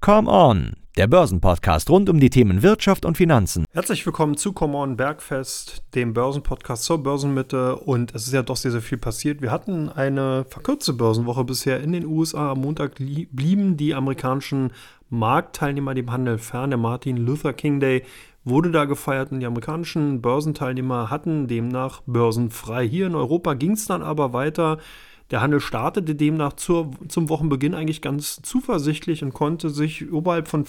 Come On, der Börsenpodcast rund um die Themen Wirtschaft und Finanzen. Herzlich willkommen zu Come On Bergfest, dem Börsenpodcast zur Börsenmitte. Und es ist ja doch sehr, sehr viel passiert. Wir hatten eine verkürzte Börsenwoche bisher in den USA. Am Montag blieben die amerikanischen Marktteilnehmer dem Handel fern. Der Martin Luther King Day wurde da gefeiert und die amerikanischen Börsenteilnehmer hatten demnach börsenfrei. Hier in Europa ging es dann aber weiter. Der Handel startete demnach zum Wochenbeginn eigentlich ganz zuversichtlich und konnte sich oberhalb von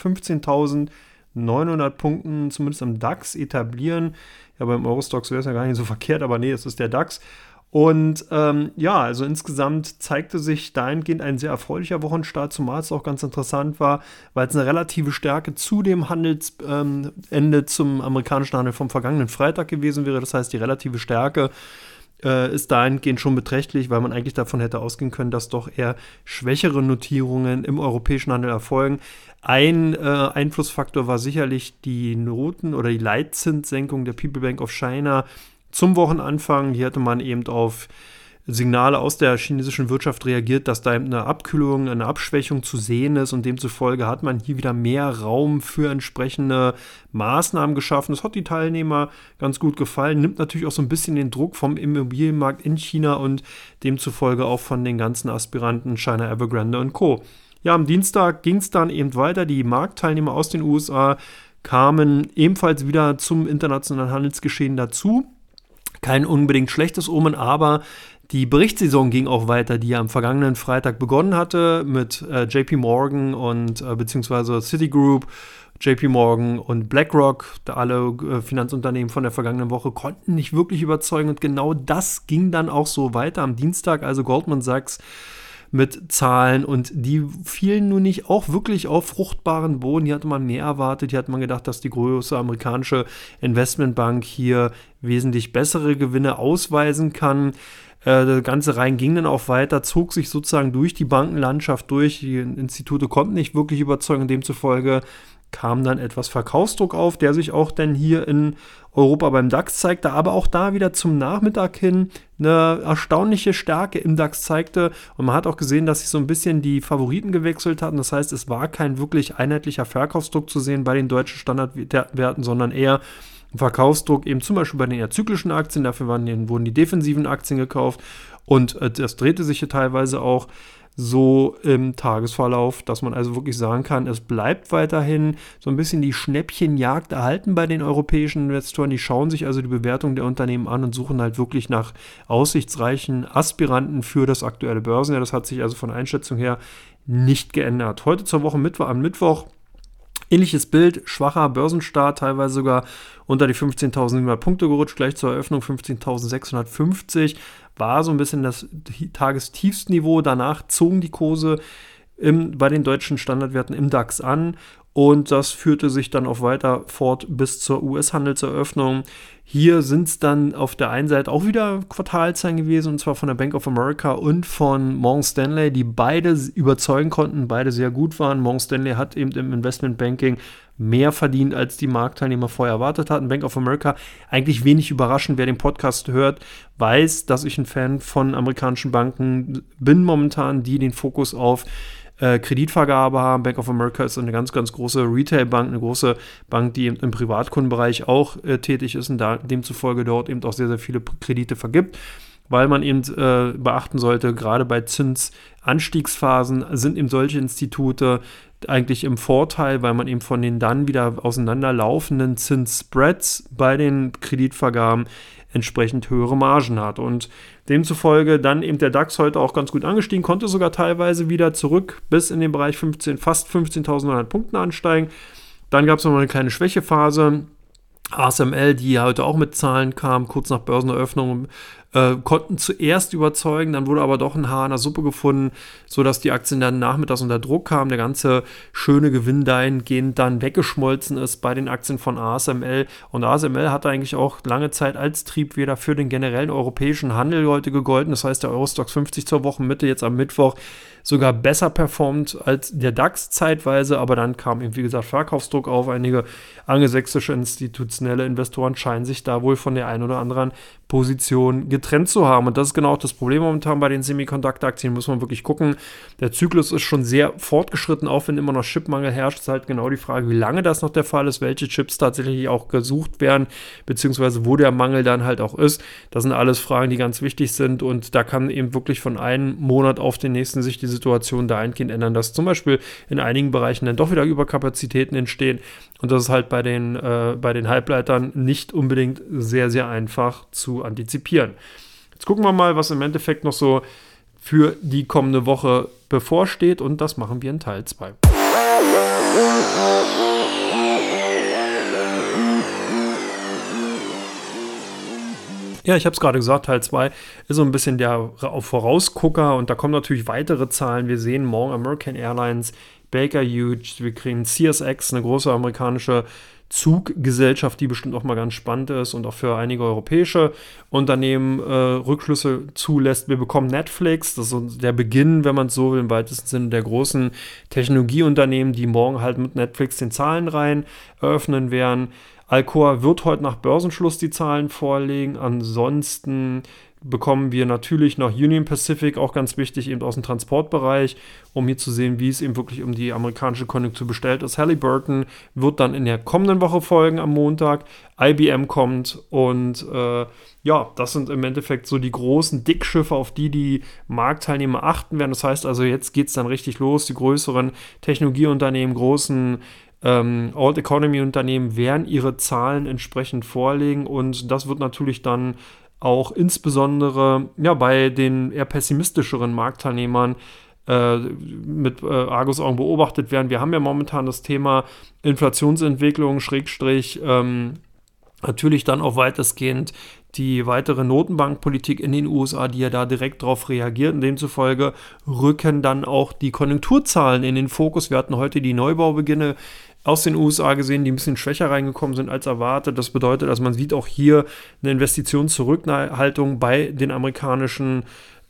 15.900 Punkten, zumindest im DAX, etablieren. Ja, beim Eurostoxx wäre es ja gar nicht so verkehrt, aber nee, es ist der DAX. Und also insgesamt zeigte sich dahingehend ein sehr erfreulicher Wochenstart, zumal es auch ganz interessant war, weil es eine relative Stärke zu dem Handelsende zum amerikanischen Handel vom vergangenen Freitag gewesen wäre. Das heißt, die relative Stärke ist dahingehend schon beträchtlich, weil man eigentlich davon hätte ausgehen können, dass doch eher schwächere Notierungen im europäischen Handel erfolgen. Ein Einflussfaktor war sicherlich die Noten- oder die Leitzinssenkung der People Bank of China zum Wochenanfang. Hier hatte man eben auf Signale aus der chinesischen Wirtschaft reagiert, dass da eben eine Abkühlung, eine Abschwächung zu sehen ist und demzufolge hat man hier wieder mehr Raum für entsprechende Maßnahmen geschaffen. Das hat die Teilnehmer ganz gut gefallen, nimmt natürlich auch so ein bisschen den Druck vom Immobilienmarkt in China und demzufolge auch von den ganzen Aspiranten China Evergrande und Co. Ja, am Dienstag ging es dann eben weiter. Die Marktteilnehmer aus den USA kamen ebenfalls wieder zum internationalen Handelsgeschehen dazu. Kein unbedingt schlechtes Omen, aber die Berichtssaison ging auch weiter, die ja am vergangenen Freitag begonnen hatte mit JP Morgan und beziehungsweise Citigroup, JP Morgan und BlackRock. Alle Finanzunternehmen von der vergangenen Woche konnten nicht wirklich überzeugen und genau das ging dann auch so weiter am Dienstag. Also Goldman Sachs mit Zahlen und die fielen nun nicht auch wirklich auf fruchtbaren Boden. Hier hatte man mehr erwartet. Hier hat man gedacht, dass die große amerikanische Investmentbank hier wesentlich bessere Gewinne ausweisen kann. Der ganze Reihen ging dann auch weiter, zog sich sozusagen durch die Bankenlandschaft durch. Die Institute konnten nicht wirklich überzeugen. Demzufolge kam dann etwas Verkaufsdruck auf, der sich auch dann hier in Europa beim DAX zeigte, aber auch da wieder zum Nachmittag hin eine erstaunliche Stärke im DAX zeigte und man hat auch gesehen, dass sich so ein bisschen die Favoriten gewechselt hatten. Das heißt, es war kein wirklich einheitlicher Verkaufsdruck zu sehen bei den deutschen Standardwerten, sondern eher ein Verkaufsdruck eben zum Beispiel bei den eher zyklischen Aktien. Dafür wurden die defensiven Aktien gekauft und das drehte sich hier teilweise auch so im Tagesverlauf, dass man also wirklich sagen kann, es bleibt weiterhin so ein bisschen die Schnäppchenjagd erhalten bei den europäischen Investoren. Die schauen sich also die Bewertung der Unternehmen an und suchen halt wirklich nach aussichtsreichen Aspiranten für das aktuelle Börsenjahr. Das hat sich also von Einschätzung her nicht geändert. Heute zur Woche am Mittwoch ähnliches Bild, schwacher Börsenstart, teilweise sogar unter die 15.700 Punkte gerutscht, gleich zur Eröffnung 15.650, war so ein bisschen das Tagestiefstniveau. Danach zogen die Kurse bei den deutschen Standardwerten im DAX an und das führte sich dann auch weiter fort bis zur US-Handelseröffnung. Hier sind es dann auf der einen Seite auch wieder Quartalzahlen gewesen, und zwar von der Bank of America und von Morgan Stanley, die beide überzeugen konnten, beide sehr gut waren. Morgan Stanley hat eben im Investmentbanking mehr verdient, als die Marktteilnehmer vorher erwartet hatten. Bank of America, eigentlich wenig überraschend, wer den Podcast hört, weiß, dass ich ein Fan von amerikanischen Banken bin momentan, die den Fokus auf Kreditvergabe haben. Bank of America ist eine ganz, ganz große Retail-Bank, eine große Bank, die im Privatkundenbereich auch tätig ist und demzufolge dort eben auch sehr, sehr viele Kredite vergibt. Weil man eben beachten sollte, gerade bei Zinsanstiegsphasen sind eben solche Institute eigentlich im Vorteil, weil man eben von den dann wieder auseinanderlaufenden Zinsspreads bei den Kreditvergaben entsprechend höhere Margen hat. Und demzufolge dann eben der DAX heute auch ganz gut angestiegen, konnte sogar teilweise wieder zurück bis in den Bereich fast 15.900 Punkten ansteigen. Dann gab es noch mal eine kleine Schwächephase. ASML, die heute auch mit Zahlen kam, kurz nach Börseneröffnung, konnten zuerst überzeugen, dann wurde aber doch ein Haar in der Suppe gefunden, sodass die Aktien dann nachmittags unter Druck kamen. Der ganze schöne Gewinn dahingehend dann weggeschmolzen ist bei den Aktien von ASML. Und ASML hatte eigentlich auch lange Zeit als Triebfeder für den generellen europäischen Handel heute gegolten. Das heißt, der Eurostoxx 50 zur Wochenmitte jetzt am Mittwoch sogar besser performt als der DAX zeitweise, aber dann kam eben, wie gesagt, Verkaufsdruck auf. Einige angelsächsische institutionelle Investoren scheinen sich da wohl von der einen oder anderen Position getrennt zu haben. Und das ist genau auch das Problem momentan bei den Semiconductor-Aktien. Muss man wirklich gucken. Der Zyklus ist schon sehr fortgeschritten, auch wenn immer noch Chipmangel herrscht. Ist halt genau die Frage, wie lange das noch der Fall ist, welche Chips tatsächlich auch gesucht werden, beziehungsweise wo der Mangel dann halt auch ist. Das sind alles Fragen, die ganz wichtig sind. Und da kann eben wirklich von einem Monat auf den nächsten sich die Situation dahingehend ändern, dass zum Beispiel in einigen Bereichen dann doch wieder Überkapazitäten entstehen. Und das ist halt bei den Halbleitern nicht unbedingt sehr, sehr einfach zu antizipieren. Jetzt gucken wir mal, was im Endeffekt noch so für die kommende Woche bevorsteht, und das machen wir in Teil 2. Ja, ich habe es gerade gesagt, Teil 2 ist so ein bisschen der Vorausgucker, und da kommen natürlich weitere Zahlen. Wir sehen morgen American Airlines, Baker Hughes, wir kriegen CSX, eine große amerikanische Zuggesellschaft, die bestimmt auch mal ganz spannend ist und auch für einige europäische Unternehmen Rückschlüsse zulässt. Wir bekommen Netflix, das ist so der Beginn, wenn man es so will, im weitesten Sinne der großen Technologieunternehmen, die morgen halt mit Netflix den Zahlenreihen eröffnen werden. Alcoa wird heute nach Börsenschluss die Zahlen vorlegen. Ansonsten bekommen wir natürlich noch Union Pacific, auch ganz wichtig, eben aus dem Transportbereich, um hier zu sehen, wie es eben wirklich um die amerikanische Konjunktur bestellt ist. Halliburton wird dann in der kommenden Woche folgen am Montag. IBM kommt, und das sind im Endeffekt so die großen Dickschiffe, auf die Marktteilnehmer achten werden. Das heißt also, jetzt geht es dann richtig los. Die größeren Technologieunternehmen, großen Old-Economy-Unternehmen werden ihre Zahlen entsprechend vorlegen, und das wird natürlich dann auch insbesondere bei den eher pessimistischeren Marktteilnehmern mit Argusaugen beobachtet werden. Wir haben ja momentan das Thema Inflationsentwicklung, natürlich dann auch weitestgehend die weitere Notenbankpolitik in den USA, die ja da direkt darauf reagiert, und demzufolge rücken dann auch die Konjunkturzahlen in den Fokus. Wir hatten heute die Neubaubeginne aus den USA gesehen, die ein bisschen schwächer reingekommen sind als erwartet. Das bedeutet, also man sieht auch hier eine Investitionszurückhaltung bei den amerikanischen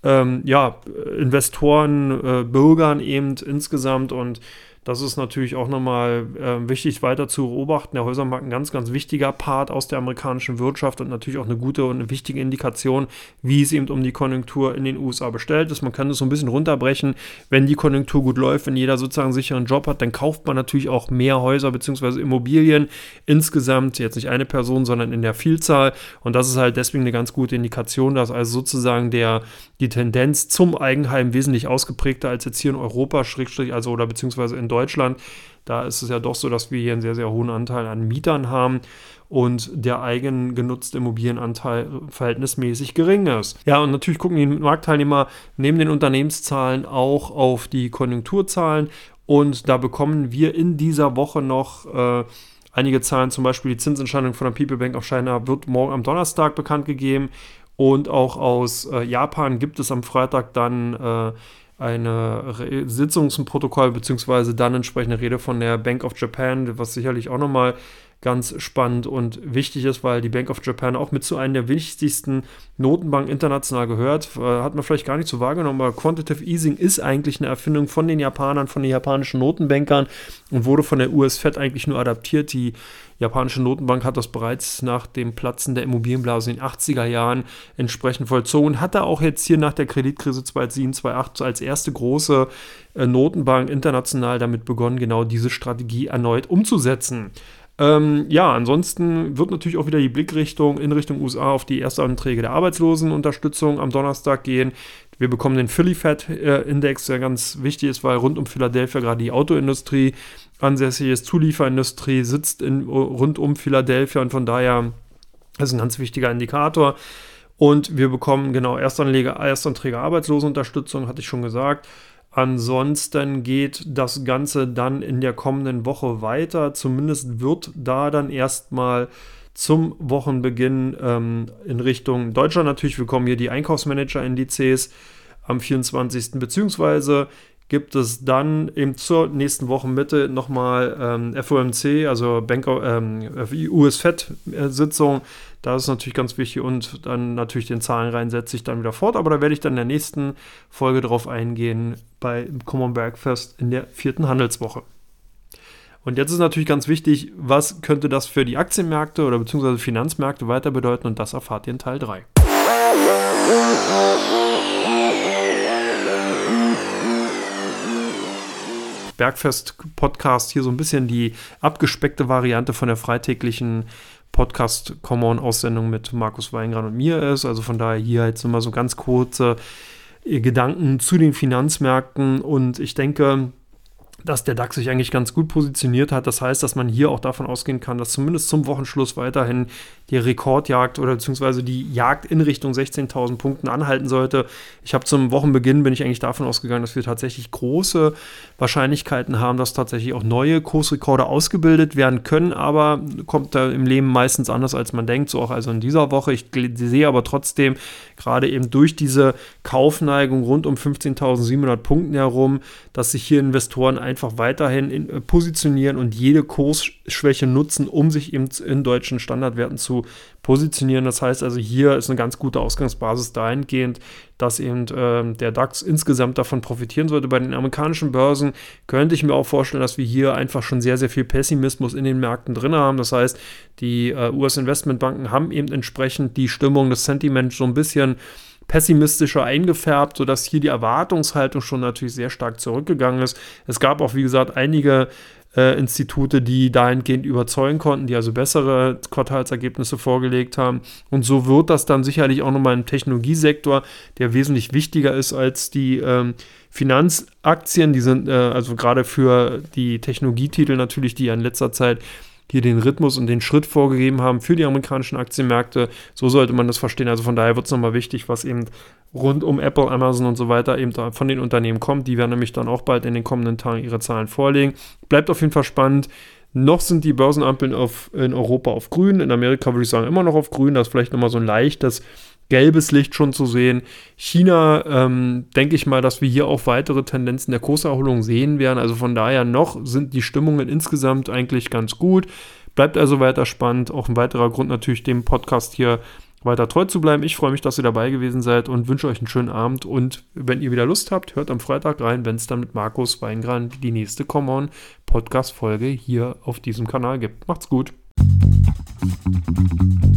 Investoren, Bürgern eben insgesamt, und das ist natürlich auch nochmal wichtig weiter zu beobachten. Der Häusermarkt ein ganz, ganz wichtiger Part aus der amerikanischen Wirtschaft und natürlich auch eine gute und eine wichtige Indikation, wie es eben um die Konjunktur in den USA bestellt ist. Man kann das so ein bisschen runterbrechen. Wenn die Konjunktur gut läuft, wenn jeder sozusagen einen sicheren Job hat, dann kauft man natürlich auch mehr Häuser bzw. Immobilien insgesamt, jetzt nicht eine Person, sondern in der Vielzahl. Und das ist halt deswegen eine ganz gute Indikation, dass also sozusagen die Tendenz zum Eigenheim wesentlich ausgeprägter als jetzt hier in Europa, beziehungsweise in Deutschland. Da ist es ja doch so, dass wir hier einen sehr, sehr hohen Anteil an Mietern haben und der eigengenutzte Immobilienanteil verhältnismäßig gering ist. Ja, und natürlich gucken die Marktteilnehmer neben den Unternehmenszahlen auch auf die Konjunkturzahlen, und da bekommen wir in dieser Woche noch einige Zahlen, zum Beispiel die Zinsentscheidung von der People Bank of China wird morgen am Donnerstag bekannt gegeben, und auch aus Japan gibt es am Freitag dann eine Sitzung zum Protokoll, beziehungsweise dann entsprechende Rede von der Bank of Japan, was sicherlich auch nochmal ganz spannend und wichtig ist, weil die Bank of Japan auch mit zu einer der wichtigsten Notenbanken international gehört. Hat man vielleicht gar nicht so wahrgenommen, aber Quantitative Easing ist eigentlich eine Erfindung von den Japanern, von den japanischen Notenbankern, und wurde von der US-Fed eigentlich nur adaptiert. Die japanische Notenbank hat das bereits nach dem Platzen der Immobilienblase in den 80er Jahren entsprechend vollzogen. Hat da auch jetzt hier nach der Kreditkrise 2007, 2008 als erste große Notenbank international damit begonnen, genau diese Strategie erneut umzusetzen. Ansonsten wird natürlich auch wieder die Blickrichtung in Richtung USA auf die ersten Anträge der Arbeitslosenunterstützung am Donnerstag gehen. Wir bekommen den Philly Fed Index, der ganz wichtig ist, weil rund um Philadelphia gerade die Autoindustrie ansässig ist. Zulieferindustrie sitzt rund um Philadelphia, und von daher ist es ein ganz wichtiger Indikator. Und wir bekommen Erstanträge Arbeitslosenunterstützung, hatte ich schon gesagt. Ansonsten geht das Ganze dann in der kommenden Woche weiter. Zumindest wird da dann erstmal zum Wochenbeginn in Richtung Deutschland natürlich, wir bekommen hier die Einkaufsmanager-Indizes am 24. beziehungsweise gibt es dann eben zur nächsten Wochenmitte nochmal FOMC, also US-Fed-Sitzung. Das ist natürlich ganz wichtig, und dann natürlich den Zahlenreihen setze ich dann wieder fort, aber da werde ich dann in der nächsten Folge drauf eingehen bei Common Bergfest in der 4. Handelswoche. Und jetzt ist natürlich ganz wichtig, was könnte das für die Aktienmärkte oder beziehungsweise Finanzmärkte weiter bedeuten, und das erfahrt ihr in Teil 3. Bergfest-Podcast hier so ein bisschen die abgespeckte Variante von der freitäglichen Podcast-Common-Aussendung mit Markus Weingran und mir ist. Also von daher hier jetzt immer so ganz kurze Gedanken zu den Finanzmärkten, und ich denke, dass der DAX sich eigentlich ganz gut positioniert hat. Das heißt, dass man hier auch davon ausgehen kann, dass zumindest zum Wochenschluss weiterhin die Rekordjagd oder beziehungsweise die Jagd in Richtung 16.000 Punkten anhalten sollte. Ich habe zum Wochenbeginn, bin ich eigentlich davon ausgegangen, dass wir tatsächlich große Wahrscheinlichkeiten haben, dass tatsächlich auch neue Kursrekorde ausgebildet werden können, aber kommt da im Leben meistens anders, als man denkt, so auch also in dieser Woche. Ich sehe aber trotzdem gerade eben durch diese Kaufneigung rund um 15.700 Punkten herum, dass sich hier Investoren einfach weiterhin positionieren und jede Kursschwäche nutzen, um sich eben in deutschen Standardwerten zu positionieren. Das heißt also, hier ist eine ganz gute Ausgangsbasis dahingehend, dass eben der DAX insgesamt davon profitieren sollte. Bei den amerikanischen Börsen könnte ich mir auch vorstellen, dass wir hier einfach schon sehr, sehr viel Pessimismus in den Märkten drin haben. Das heißt, die US-Investmentbanken haben eben entsprechend die Stimmung, das Sentiment so ein bisschen pessimistischer eingefärbt, sodass hier die Erwartungshaltung schon natürlich sehr stark zurückgegangen ist. Es gab auch, wie gesagt, einige Institute, die dahingehend überzeugen konnten, die also bessere Quartalsergebnisse vorgelegt haben. Und so wird das dann sicherlich auch nochmal im Technologiesektor, der wesentlich wichtiger ist als die Finanzaktien. Die sind also gerade für die Technologietitel natürlich, die ja in letzter Zeit hier den Rhythmus und den Schritt vorgegeben haben für die amerikanischen Aktienmärkte. So sollte man das verstehen. Also von daher wird es nochmal wichtig, was eben rund um Apple, Amazon und so weiter eben von den Unternehmen kommt. Die werden nämlich dann auch bald in den kommenden Tagen ihre Zahlen vorlegen. Bleibt auf jeden Fall spannend. Noch sind die Börsenampeln in Europa auf grün. In Amerika würde ich sagen immer noch auf grün. Da ist vielleicht nochmal so ein leichtes gelbes Licht schon zu sehen. China, denke ich mal, dass wir hier auch weitere Tendenzen der Kurserholung sehen werden. Also von daher noch sind die Stimmungen insgesamt eigentlich ganz gut. Bleibt also weiter spannend. Auch ein weiterer Grund natürlich, dem Podcast hier weiter treu zu bleiben. Ich freue mich, dass ihr dabei gewesen seid und wünsche euch einen schönen Abend. Und wenn ihr wieder Lust habt, hört am Freitag rein, wenn es dann mit Markus Weingran die nächste Common-Podcast-Folge hier auf diesem Kanal gibt. Macht's gut.